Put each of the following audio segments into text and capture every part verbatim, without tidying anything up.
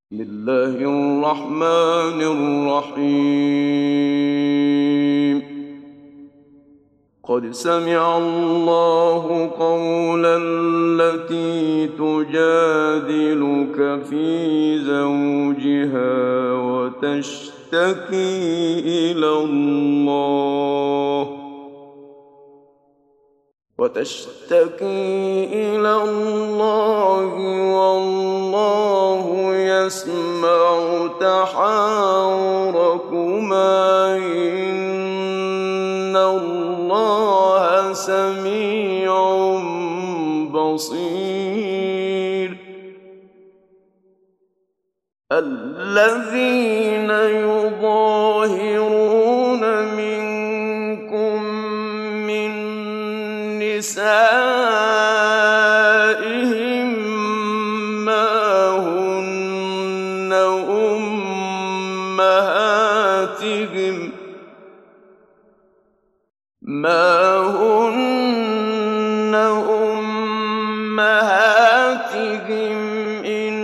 بسم الله الرحمن الرحيم. قد سمع الله قول التي تجادلك في زوجها وتشتكي إلى الله وتشتكي إلى الله والله يسمع تحاوركما إن الله سميع بصير. الذين يظاهرون منكم من نسائهم ما هن أمهاتهم ما هن أمهاتهم إن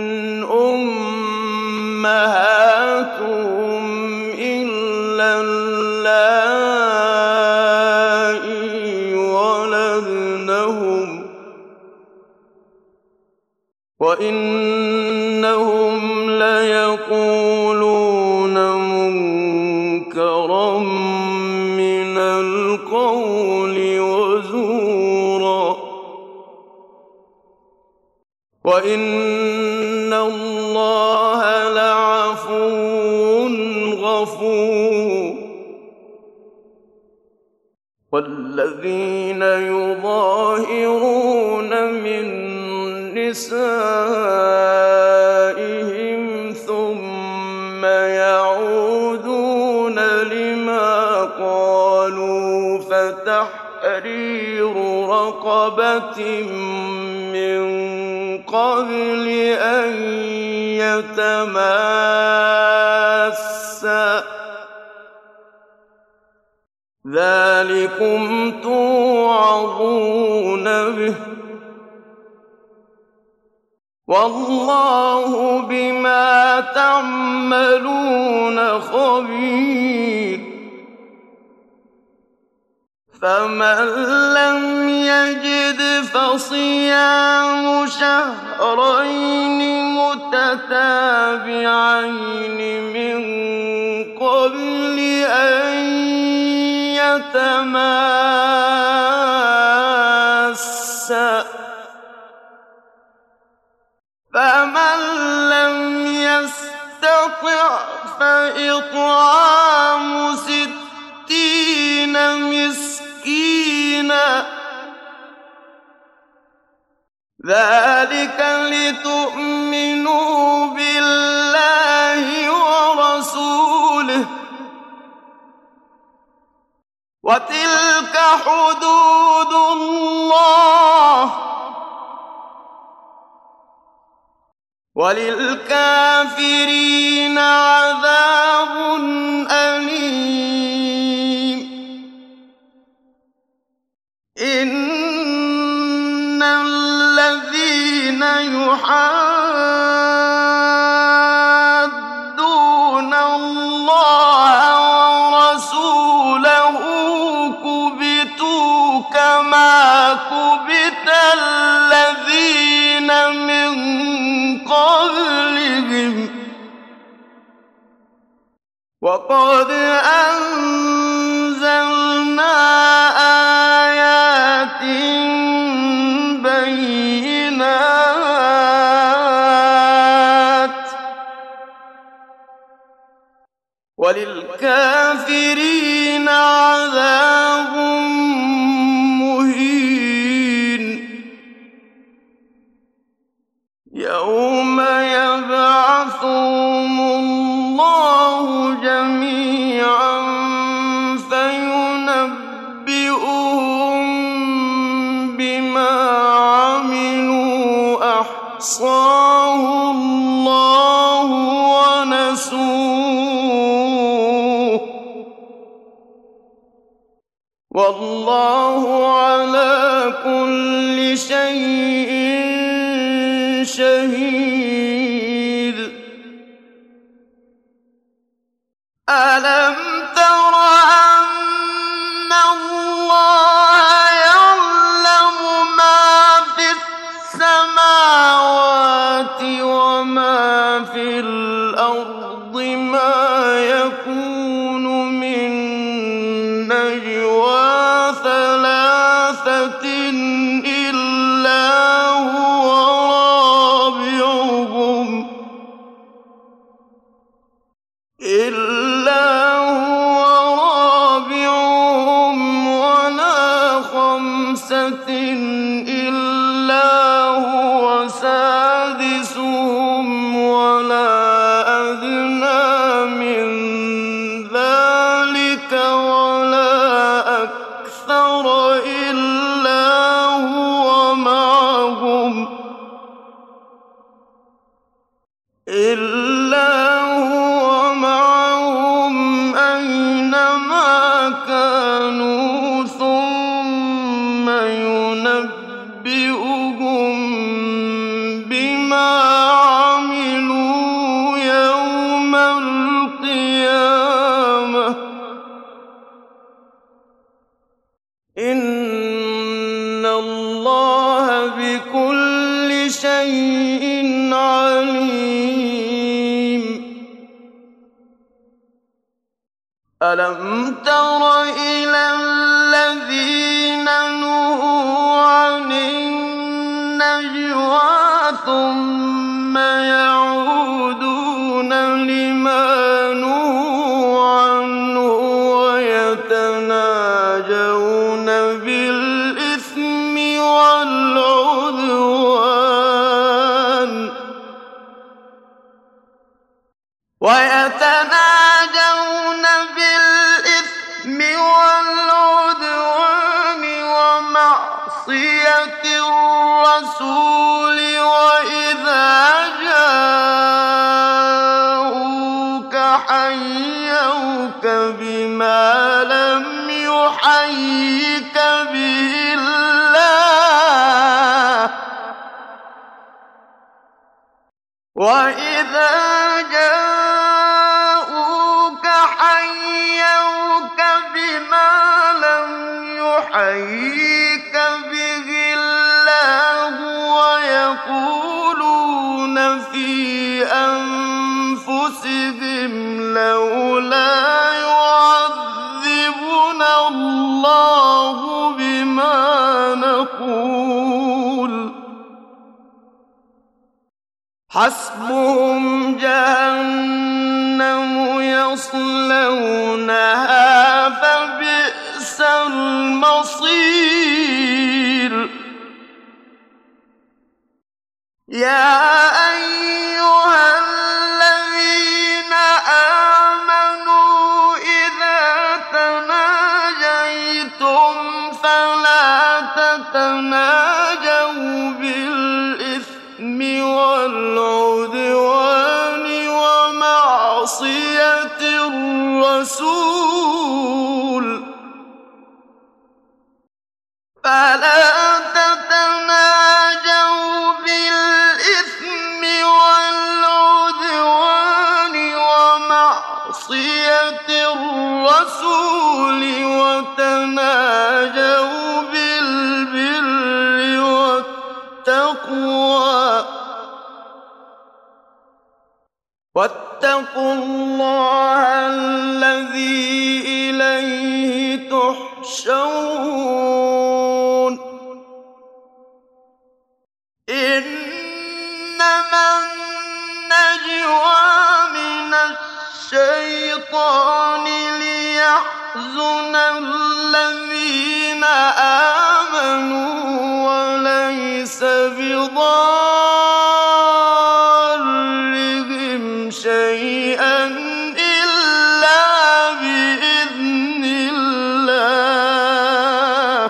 أمهاتهم إلا اللائي ولدنهم وإنهم ليقولون منكرا من القول وزورا وإن الله لعفو غفور. والذين يظاهرون من نسائهم ثم يعودون لما قالوا فتحرير رقبة من قبل أن يتماسا ذلكم توعظون به والله بما تعملون خبير. فمن لم يجد فصيام شهرين متتابعين من قبل أن يتماسا فمن لم يستطع فإطعام ستين مسكينا ذلك لتؤمنوا بالله ورسوله وتلك حدود الله وللكافرين عذاب أليم. إن الذين يحادون الله ورسوله كبتوا كما كبت الذين من قبلهم وقد أنزلنا آيات بينات وللكافرين عذاب مهين. يوم يبعثهم الله جميعا فينبئهم بما عملوا أحصاه الله ونسوه والله على كل شيء شهيد. ألم تر أن الله يعلم ما في السماوات وما في الأرض ما يكون من نجوى ثلاثة إلا هو رابعهم إلا هو رابعهم ولا خمسة إلا هو سادسهم ولا أدنى من ذلك ولا أكثر إلا هو معهم إلا هو معهم أينما كانوا ثم ينبئهم بما عملوا يوم القيامة إن الله بكل شيء عليم ألم تر إلى الذين نهوا عن النجوى ثم يعودون لما نهوا عنه ويتناجون بالإثم والعدوان ويتناجون بالإثم والعدوان ومعصية الرسول وإذا جاءوك حيوك بما لم يحيك به الله وإذا جاءوك حيوك بما لم يحيك به الله ويقولون في أنفسهم لولا يعذبنا الله بما نقول حسبهم جهنم يصلونها فبئس المصير يا أيها الذين آمنوا إذا تناجيتم فلا تتناجوا بالإثم والعدوان ومعصية الرسول فلا تتناجوا بالإثم والعدوان ومعصية الرسول وتناجوا بالبر والتقوى واتقوا الله الذي إليه تحشرون إنما النجوى من الشيطان ليحزن الذين آمنوا وليس بضارهم شيئا إلا بإذن الله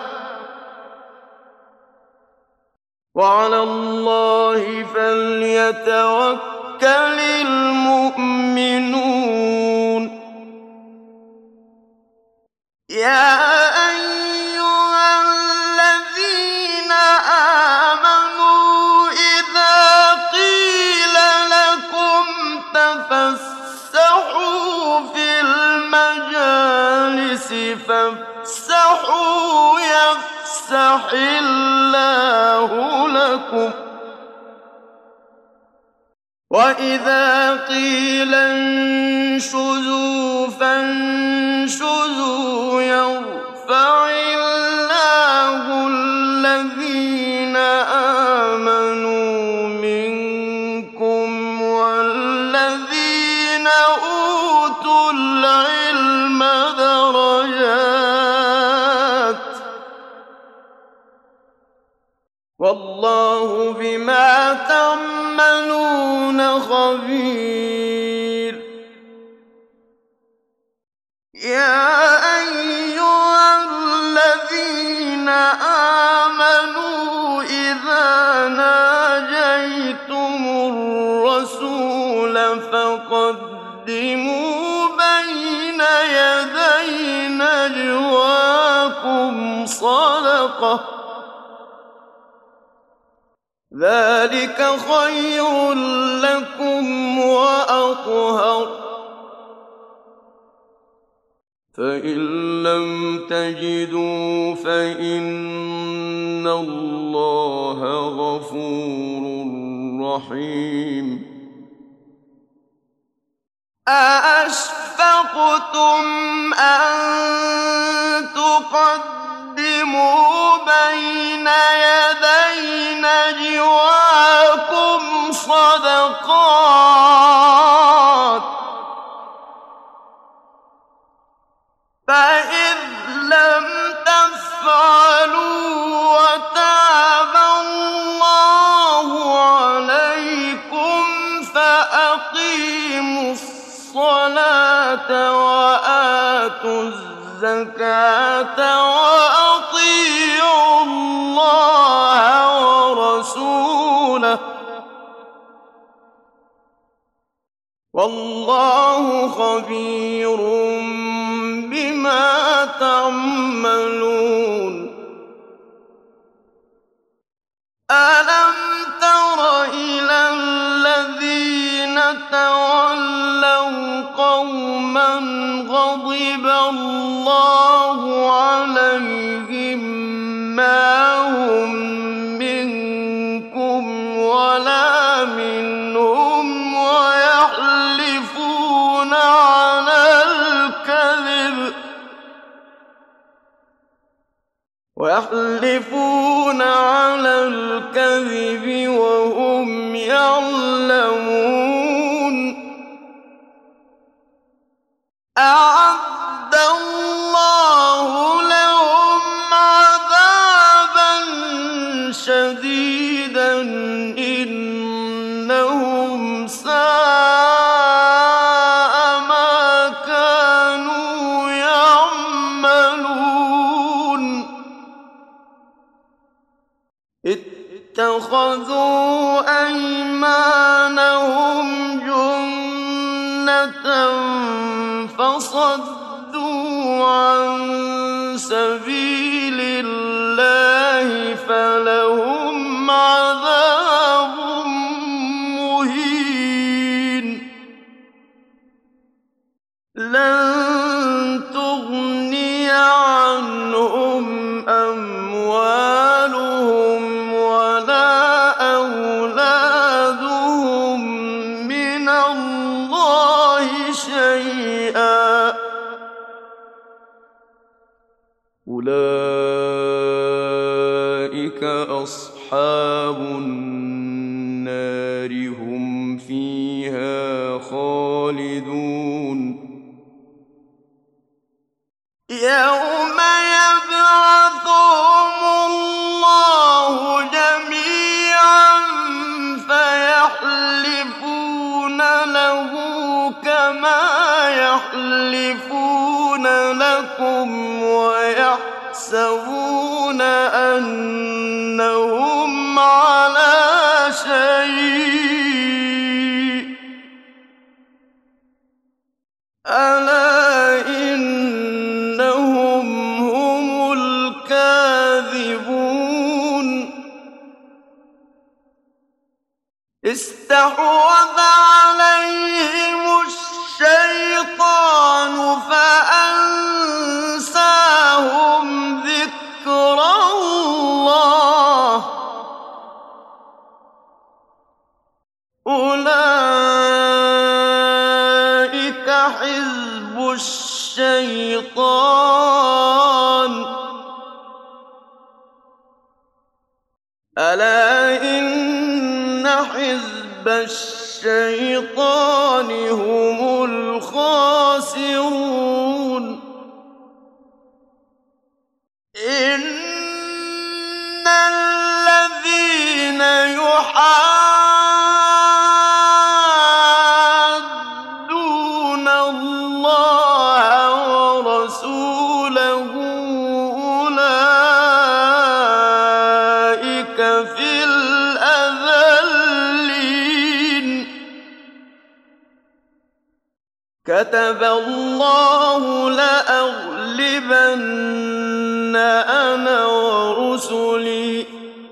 وعلى الله فليتوكل المؤمنون يا أيها الذين آمنوا إذا قيل لكم تفسحوا في الأرض فافسحوا يفسح الله لكم وإذا قيل انشزوا فانشزوا يرفع الله الذين آمنوا منكم والذين أوتوا العلم درجات والله بما تعملون خبير يا أيها الذين آمنوا إذا ناجيتم الرسول فقدموا بين يدي نجواكم صدقة ذلك خير لكم وأطهر فإن لم تجدوا فإن الله غفور رحيم أأشفقتم أن تقدموا بين يدي نجواكم صدقات فإذ لم تفعلوا وتاب الله عليكم فأقيموا الصلاة وآتوا الزكاة وأطيعوا الله ورسوله والله خبير بما تعملون ألم تر إلى الذين تولوا قوما غضب الله عليهم ما هم منكم ولا منهم ويحلفون على الكذب ويحلفون على الكذب وهم يعلمون أعد الله لهم عذابا شديدا إنهم ساء ما كانوا يعملون اتخذوا أيمانهم جنة فصدوا عن سبيل الله فلهم عذاب مهين لن تغني عنهم أموالهم ولا أولادهم من الله شيئا أولئك أصحاب النار هم فيها خالدون يوم يبعثهم الله جميعا فيحلفون له كما يحلفون لكم ويحسبون أنهم على شيء ألا إنهم هم الكاذبون استحوذ عليهم الشيطان فأنساهم الشيطان ألا إن حزب الشيطان هم الخاسرون إن الذين يحادون الله ورسوله أولئك في الأذلين كتب الله لأغلبن أنا ورسلي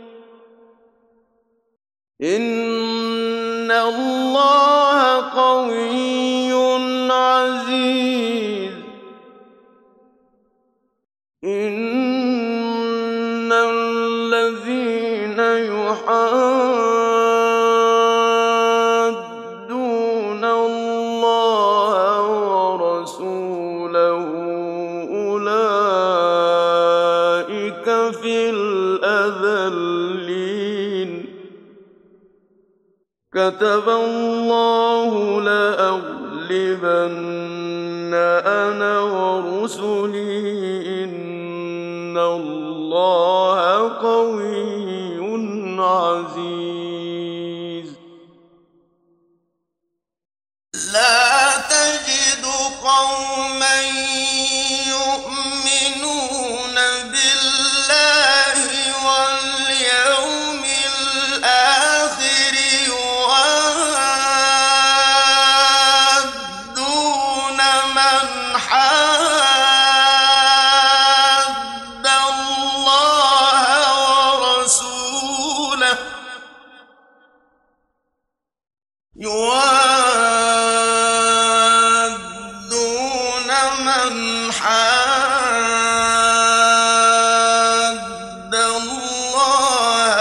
إن الله قوي عزيز إن الذين يحادون الله ورسوله أولئك في الأذلين كتب الله لأغلبن أنا ورسلي إن الله قوي عزيز لا تجد قوما يؤمنون بالله واليوم الآخر يوادون من حاد الله ورسوله يوادون من حاد الله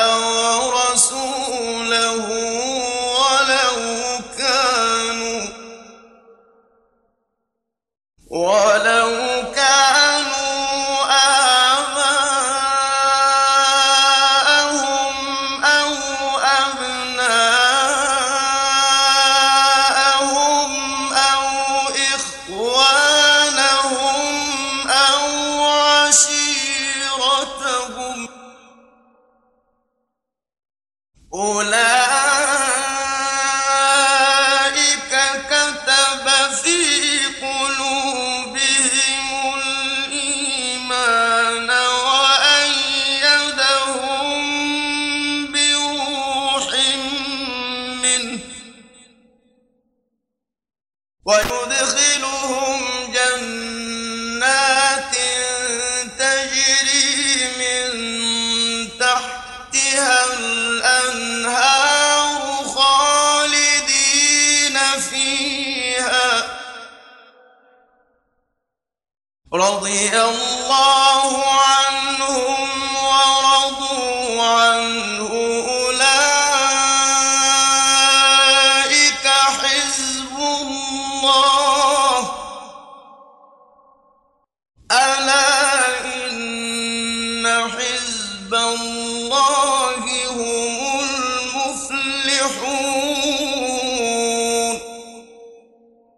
ورسوله ولو كانوا ولو كانوا آباءهم أو أبناءهم أو إخوانهم أو عشيرتهم أولئك كتب في قلوبهم الإيمان وأيدهم بروح منه ويدخلهم جنات تجري من تحتها الأنهار خالدين فيها رضي الله عنهم ورضوا عنه أولئك حزب الله ألا إن حزب الله